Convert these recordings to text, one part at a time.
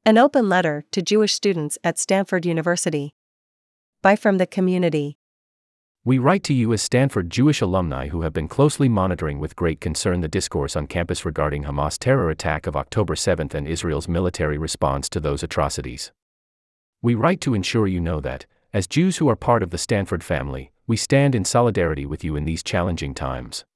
An open letter to Jewish students at Stanford University. By from the community. We write to you as Stanford Jewish alumni who have been closely monitoring with great concern the discourse on campus regarding Hamas' terror attack of October 7 and Israel's military response to those atrocities. We write to ensure you know that, as Jews who are part of the Stanford family, we stand in solidarity with you in these challenging times.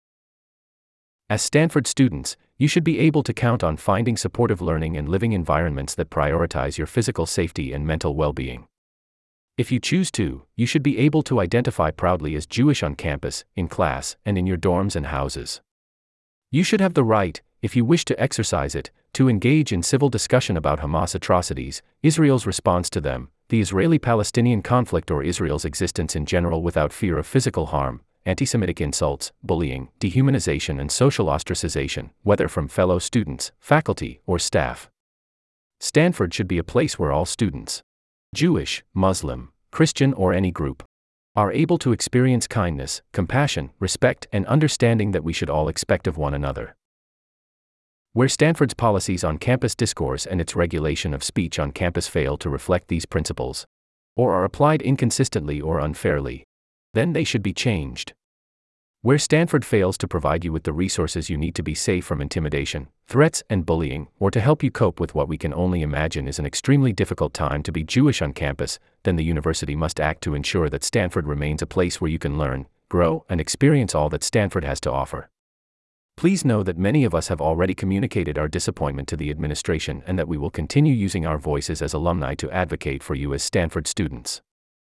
As Stanford students, you should be able to count on finding supportive learning and living environments that prioritize your physical safety and mental well-being. If you choose to, you should be able to identify proudly as Jewish on campus, in class, and in your dorms and houses. You should have the right, if you wish to exercise it, to engage in civil discussion about Hamas atrocities, Israel's response to them, the Israeli-Palestinian conflict or Israel's existence in general without fear of physical harm, anti-Semitic insults, bullying, dehumanization and social ostracization, whether from fellow students, faculty, or staff. Stanford should be a place where all students, Jewish, Muslim, Christian or any group, are able to experience kindness, compassion, respect and understanding that we should all expect of one another. Where Stanford's policies on campus discourse and its regulation of speech on campus fail to reflect these principles, or are applied inconsistently or unfairly, then they should be changed. Where Stanford fails to provide you with the resources you need to be safe from intimidation, threats and bullying, or to help you cope with what we can only imagine is an extremely difficult time to be Jewish on campus, then the university must act to ensure that Stanford remains a place where you can learn, grow, and experience all that Stanford has to offer. Please know that many of us have already communicated our disappointment to the administration and that we will continue using our voices as alumni to advocate for you as Stanford students.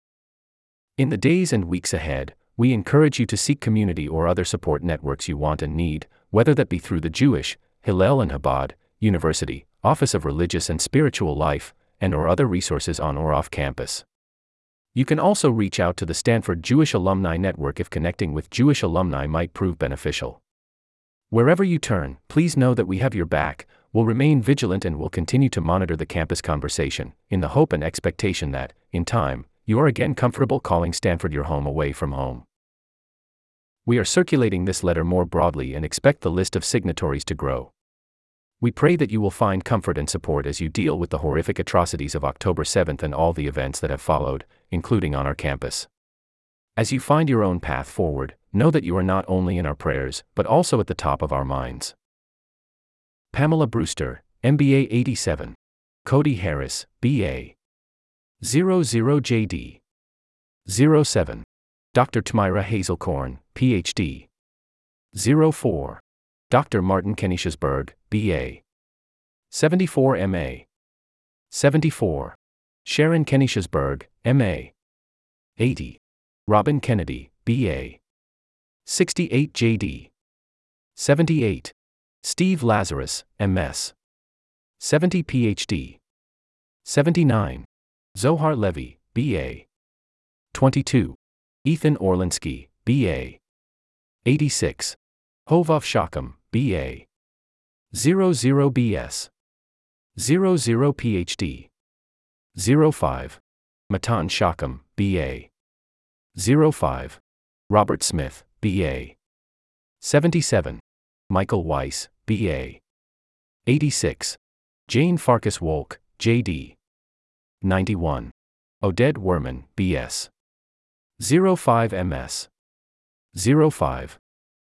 In the days and weeks ahead, we encourage you to seek community or other support networks you want and need, whether that be through the Jewish, Hillel and Chabad, University, Office of Religious and Spiritual Life, and or other resources on or off campus. You can also reach out to the Stanford Jewish Alumni Network if connecting with Jewish alumni might prove beneficial. Wherever you turn, please know that we have your back, will remain vigilant and will continue to monitor the campus conversation, in the hope and expectation that, in time, you are again comfortable calling Stanford your home away from home. We are circulating this letter more broadly and expect the list of signatories to grow. We pray that you will find comfort and support as you deal with the horrific atrocities of October 7 and all the events that have followed, including on our campus. As you find your own path forward, know that you are not only in our prayers, but also at the top of our minds. Pamela Brewster, MBA 87. Cody Harris, BA. 00JD. 07. Dr. Tmira Hazelcorn, PhD. 04. Dr. Martin Kenishasberg, BA. 74 MA. 74. Sharon Kenishasberg, MA. 80. Robin Kennedy, BA. 68 JD. 78. Steve Lazarus, MS. 70 PhD. 79. Zohar Levy, BA. 22. Ethan Orlinsky, BA. 86. Hovav Shacham, BA. 00 BS. 00 PhD. 05. Matan Shacham, BA. 05. Robert Smith, BA. 77. Michael Weiss, BA. 86. Jane Farkas Wolk, JD. 91. Oded Werman, BS. 05 MS. 05.